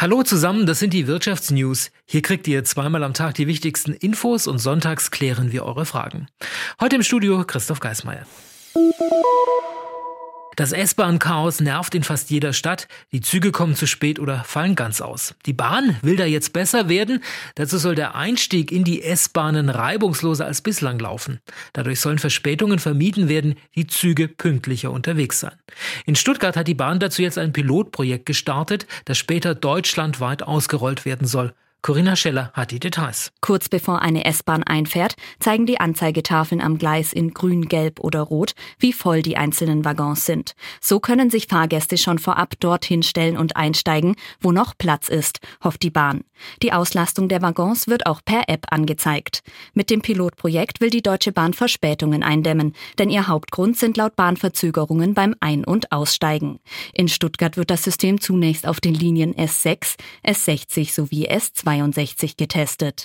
Hallo zusammen, das sind die Wirtschaftsnews. Hier kriegt ihr zweimal am Tag die wichtigsten Infos und sonntags klären wir eure Fragen. Heute im Studio Christoph Geismeier. Das S-Bahn-Chaos nervt in fast jeder Stadt. Die Züge kommen zu spät oder fallen ganz aus. Die Bahn will da jetzt besser werden. Dazu soll der Einstieg in die S-Bahnen reibungsloser als bislang laufen. Dadurch sollen Verspätungen vermieden werden, die Züge pünktlicher unterwegs sein. In Stuttgart hat die Bahn dazu jetzt ein Pilotprojekt gestartet, das später deutschlandweit ausgerollt werden soll. Corinna Scheller hat die Details. Kurz bevor eine S-Bahn einfährt, zeigen die Anzeigetafeln am Gleis in grün, gelb oder rot, wie voll die einzelnen Waggons sind. So können sich Fahrgäste schon vorab dorthin stellen und einsteigen, wo noch Platz ist, hofft die Bahn. Die Auslastung der Waggons wird auch per App angezeigt. Mit dem Pilotprojekt will die Deutsche Bahn Verspätungen eindämmen, denn ihr Hauptgrund sind laut Bahn Verzögerungen beim Ein- und Aussteigen. In Stuttgart wird das System zunächst auf den Linien S6, S60 sowie S62 getestet.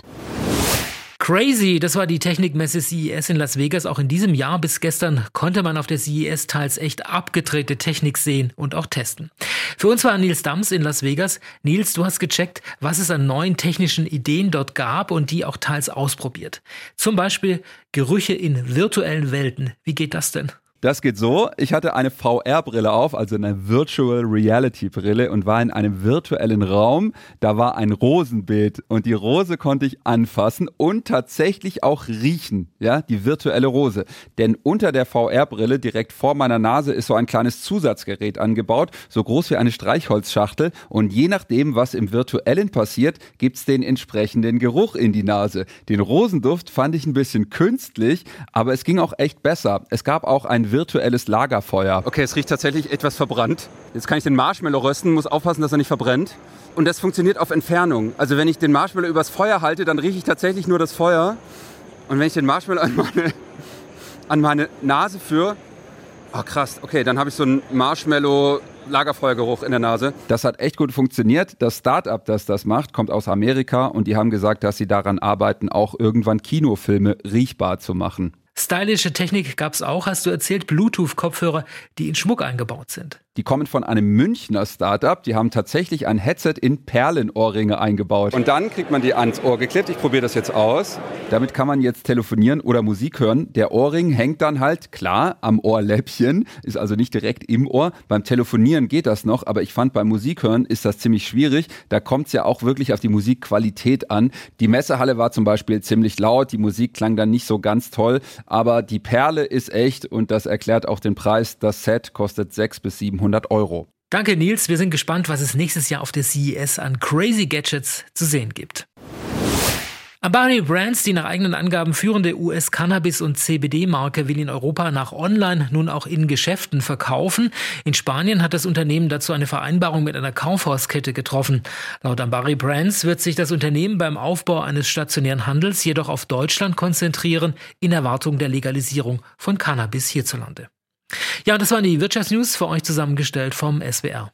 Crazy, das war die Technikmesse CES in Las Vegas auch in diesem Jahr. Bis gestern konnte man auf der CES teils echt abgedrehte Technik sehen und auch testen. Für uns war Nils Dams in Las Vegas. Nils, du hast gecheckt, was es an neuen technischen Ideen dort gab und die auch teils ausprobiert. Zum Beispiel Gerüche in virtuellen Welten. Wie geht das denn? Das geht so, ich hatte eine VR-Brille auf, also eine Virtual Reality Brille und war in einem virtuellen Raum. Da war ein Rosenbeet und die Rose konnte ich anfassen und tatsächlich auch riechen, ja, die virtuelle Rose. Denn unter der VR-Brille direkt vor meiner Nase ist so ein kleines Zusatzgerät angebaut, so groß wie eine Streichholzschachtel und je nachdem, was im Virtuellen passiert, gibt's den entsprechenden Geruch in die Nase. Den Rosenduft fand ich ein bisschen künstlich, aber es ging auch echt besser. Es gab auch ein virtuelles Lagerfeuer. Okay, es riecht tatsächlich etwas verbrannt. Jetzt kann ich den Marshmallow rösten, muss aufpassen, dass er nicht verbrennt. Und das funktioniert auf Entfernung. Also wenn ich den Marshmallow übers Feuer halte, dann rieche ich tatsächlich nur das Feuer. Und wenn ich den Marshmallow an meine Nase führe, oh krass, okay, dann habe ich so einen Marshmallow-Lagerfeuergeruch in der Nase. Das hat echt gut funktioniert. Das Start-up, das macht, kommt aus Amerika und die haben gesagt, dass sie daran arbeiten, auch irgendwann Kinofilme riechbar zu machen. Stylische Technik gab's auch, hast du erzählt, Bluetooth-Kopfhörer, die in Schmuck eingebaut sind. Die kommen von einem Münchner Startup, die haben tatsächlich ein Headset in Perlenohrringe eingebaut. Und dann kriegt man die ans Ohr geklebt. Ich probiere das jetzt aus. Damit kann man jetzt telefonieren oder Musik hören. Der Ohrring hängt dann halt, klar, am Ohrläppchen, ist also nicht direkt im Ohr. Beim Telefonieren geht das noch, aber ich fand, beim Musikhören ist das ziemlich schwierig. Da kommt es ja auch wirklich auf die Musikqualität an. Die Messehalle war zum Beispiel ziemlich laut, die Musik klang dann nicht so ganz toll, aber die Perle ist echt und das erklärt auch den Preis. Das Set kostet 600 bis 700 Euro. Danke Nils, wir sind gespannt, was es nächstes Jahr auf der CES an Crazy Gadgets zu sehen gibt. Ambari Brands, die nach eigenen Angaben führende US-Cannabis- und CBD-Marke, will in Europa nach Online nun auch in Geschäften verkaufen. In Spanien hat das Unternehmen dazu eine Vereinbarung mit einer Kaufhauskette getroffen. Laut Ambari Brands wird sich das Unternehmen beim Aufbau eines stationären Handels jedoch auf Deutschland konzentrieren, in Erwartung der Legalisierung von Cannabis hierzulande. Ja, das waren die Wirtschaftsnews für euch zusammengestellt vom SWR.